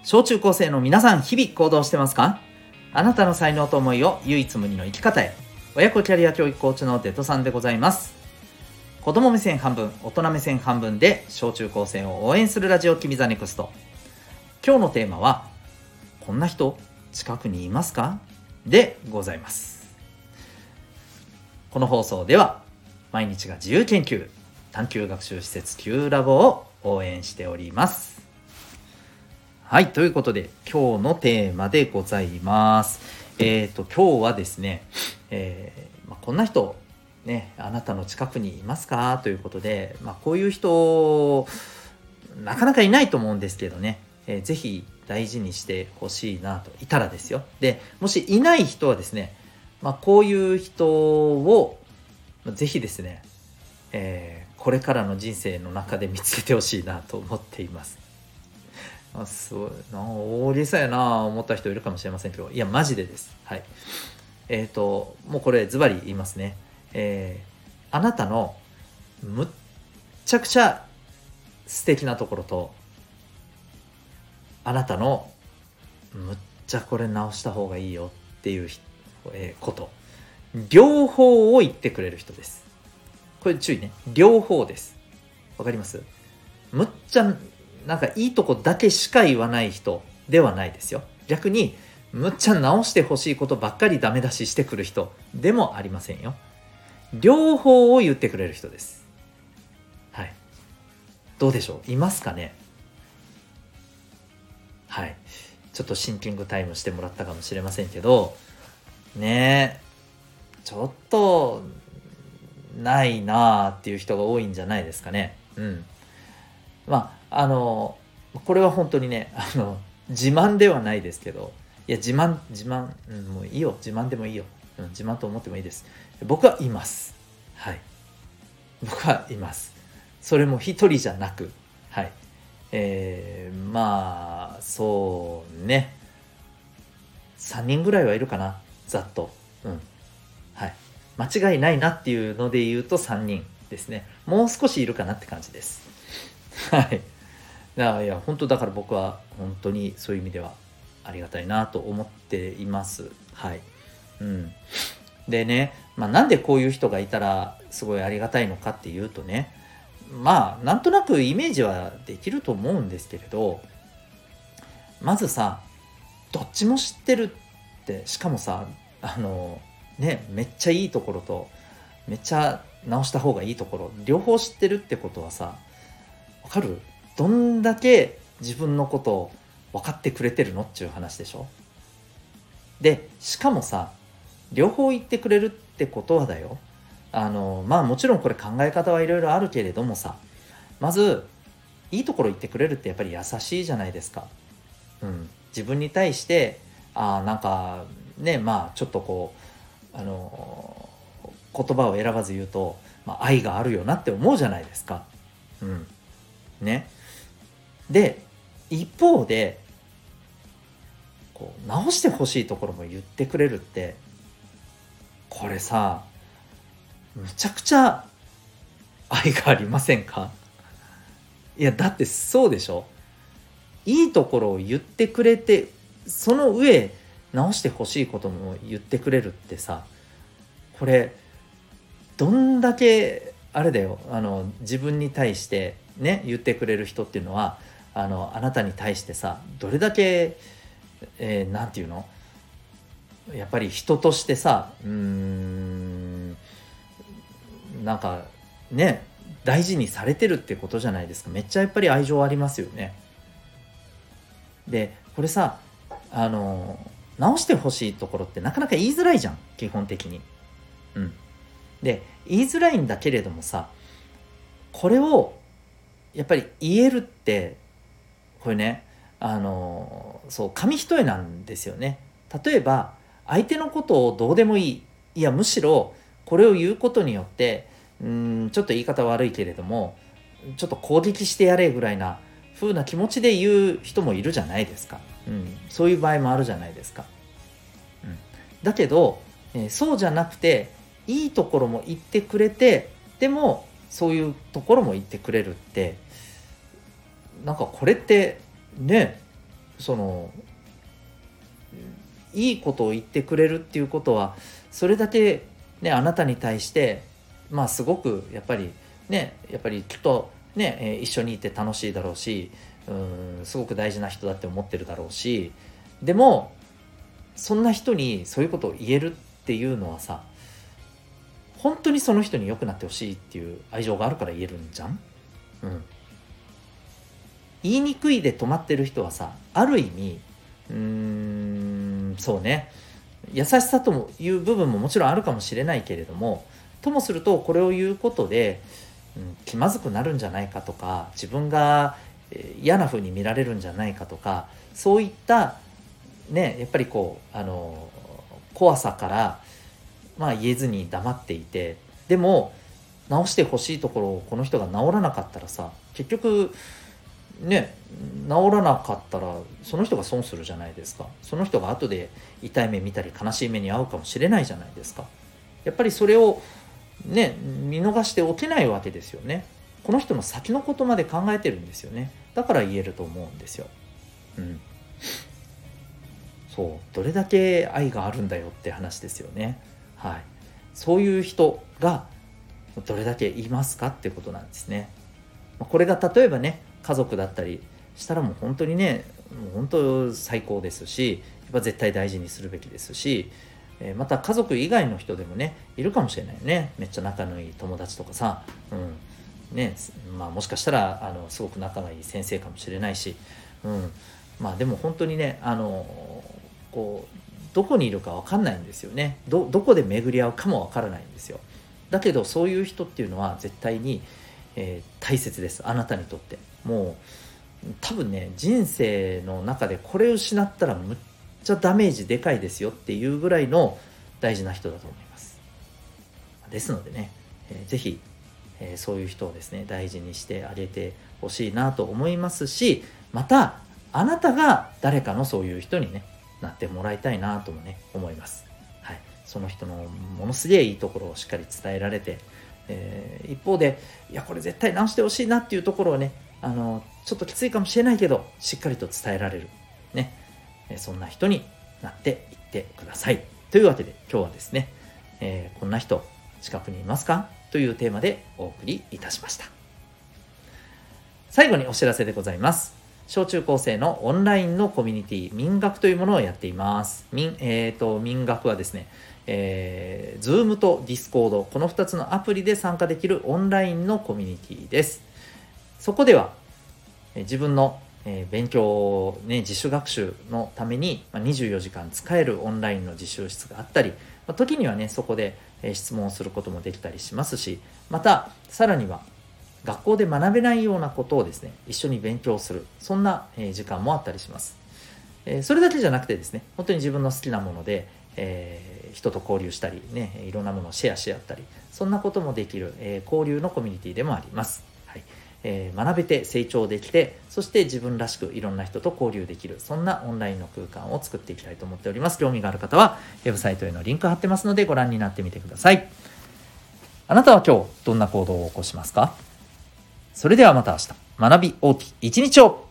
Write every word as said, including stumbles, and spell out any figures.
小中高生の皆さん、日々行動してますか？あなたの才能と思いを唯一無二の生き方へ。親子キャリア教育コーチのデトさんでございます。子供目線半分、大人目線半分で小中高生を応援するラジオ君ザネクスト。今日のテーマは、こんな人近くにいますか？でございます。この放送では毎日が自由研究探究学習施設 Q ラボを応援しております。はい、ということで今日のテーマでございます。えーと今日はですね、えーまあ、こんな人ね、あなたの近くにいますかということで、まあ、こういう人なかなかいないと思うんですけどね、えー、ぜひ大事にしてほしいなと。いたらですよ。でもしいない人はですね、まあ、こういう人をぜひですね、えー、これからの人生の中で見つけてほしいなと思っています。あ、すごいな、大げさやな思った人いるかもしれませんけど、いやマジでです。はい。えっともうこれズバリ言いますね。えー、あなたのむっちゃくちゃ素敵なところと、あなたのむっちゃこれ直した方がいいよっていう、えー、こと両方を言ってくれる人です。これ注意ね、両方です。わかります？むっちゃなんかいいとこだけしか言わない人ではないですよ。逆にむっちゃ直してほしいことばっかりダメ出ししてくる人でもありませんよ。両方を言ってくれる人です。はい。どうでしょう？いますかね？はい。ちょっとシンキングタイムしてもらったかもしれませんけど、ねえ、ちょっとないなーっていう人が多いんじゃないですかね。うん。まあ、あの、これは本当にね、あの、自慢ではないですけど、いや、自慢、自慢、うん、もういいよ。自慢でもいいよ。うん、自慢と思ってもいいです。僕はいます。はい。僕はいます。それも一人じゃなく、はい。えー、まあ、そうね。さんにんぐらいはいるかな。ざっと。うん。はい。間違いないなっていうので言うとさんにんですね。もう少しいるかなって感じです。はい。だからいや本当だから僕は本当にそういう意味ではありがたいなと思っています。はい。うん。でね、まあ、なんでこういう人がいたらすごいありがたいのかっていうとね、まあなんとなくイメージはできると思うんですけれど、まずさ、どっちも知ってるって、しかもさ、あのね、めっちゃいいところとめっちゃ直した方がいいところ両方知ってるってことはさ、わかる？どんだけ自分のことを分かってくれてるのっていう話でしょ。でしかもさ、両方言ってくれるってことはだよ、あのまあもちろんこれ考え方はいろいろあるけれどもさ、まずいいところ言ってくれるってやっぱり優しいじゃないですか。うん、自分に対してあなんかね、まあちょっとこうあの言葉を選ばず言うと、まあ、愛があるよなって思うじゃないですか。うんね。で一方でこう直してほしいところも言ってくれるって、これさむちゃくちゃ愛がありませんか？いやだってそうでしょ。いいところを言ってくれて、その上直してほしいことも言ってくれるってさ、これどんだけあれだよ、あの自分に対してね言ってくれる人っていうのは、あのあなたに対してさどれだけ、えー、なんていうの、やっぱり人としてさ、うーんなんかね大事にされてるってことじゃないですか。めっちゃやっぱり愛情ありますよね。でこれさ、あの直してほしいところってなかなか言いづらいじゃん、基本的に。うんで言いづらいんだけれどもさ、これをやっぱり言えるって、これね、あのそう紙一重なんですよね。例えば相手のことをどうでもいい、いやむしろこれを言うことによって、うーんちょっと言い方悪いけれどもちょっと攻撃してやれぐらいな風な気持ちで言う人もいるじゃないですか。うん、そういう場合もあるじゃないですか。うん、だけど、えーそうじゃなくて、いいところも言ってくれて、でもそういうところも言ってくれるって、なんかこれってね、 そのいいことを言ってくれるっていうことはそれだけねあなたに対してまあすごくやっぱりねやっぱりきっとね、えー一緒にいて楽しいだろうし、うーんすごく大事な人だって思ってるだろうし、でもそんな人にそういうことを言えるっていうのはさ、本当にその人に良くなってほしいっていう愛情があるから言えるんじゃん。うん。言いにくいで止まってる人はさ、ある意味うーんそうね、優しさともいう部分ももちろんあるかもしれないけれども、ともするとこれを言うことで、うん、気まずくなるんじゃないかとか、自分が、えー嫌な風に見られるんじゃないかとか、そういったねやっぱりこうあの怖さからまあ言えずに黙っていて、でも直してほしいところをこの人が直らなかったらさ、結局ね直らなかったらその人が損するじゃないですか。その人が後で痛い目見たり悲しい目に遭うかもしれないじゃないですか。やっぱりそれをね見逃しておけないわけですよね。この人の先のことまで考えてるんですよね。だから言えると思うんですよ。うん。そうどれだけ愛があるんだよって話ですよね。はい。そういう人がどれだけいますかってことなんですね。これが例えばね家族だったりしたらもう本当にねもう本当最高ですし、やっぱ絶対大事にするべきですし、えーまた家族以外の人でもねいるかもしれないよね。めっちゃ仲のいい友達とかさ、うんねまあ、もしかしたらあのすごく仲がいい先生かもしれないし、うん、まあでも本当にねあのこうどこにいるか分かんないんですよね。どどこで巡り合うかも分からないんですよ。だけどそういう人っていうのは絶対に、えー大切です。あなたにとってもう多分ね人生の中でこれを失ったらむっちゃダメージでかいですよっていうぐらいの大事な人だと思います。ですのでね、えーぜひ、えーそういう人をですね大事にしてあげてほしいなと思いますし、またあなたが誰かのそういう人にねなってもらいたいなともね思います。はい、その人のものすげえいいところをしっかり伝えられて、えー一方でいやこれ絶対直してほしいなっていうところをねあのちょっときついかもしれないけどしっかりと伝えられるね、えーそんな人になっていってください。というわけで今日はですね、えーこんな人近くにいますかというテーマでお送りいたしました。最後にお知らせでございます。小中高生のオンラインのコミュニティ民学というものをやっています。民,、えー、と民学はですね、えー、Zoom と Discord このふたつのアプリで参加できるオンラインのコミュニティです。そこではえー自分のえー勉強、ね、自主学習のためにまあにじゅうよじかん使えるオンラインの自習室があったり、まあ時にはねそこでえー質問をすることもできたりしますし、またさらには学校で学べないようなことをですね一緒に勉強する、そんなえー時間もあったりします。えーそれだけじゃなくてですね、本当に自分の好きなもので、えー人と交流したりね、いろんなものをシェアし合ったり、そんなこともできる、えー交流のコミュニティでもあります。はい。えー学べて成長できて、そして自分らしくいろんな人と交流できる、そんなオンラインの空間を作っていきたいと思っております。興味がある方はウェブサイトへのリンク貼ってますのでご覧になってみてください。あなたは今日どんな行動を起こしますか？それではまた明日、学び大きい一日を。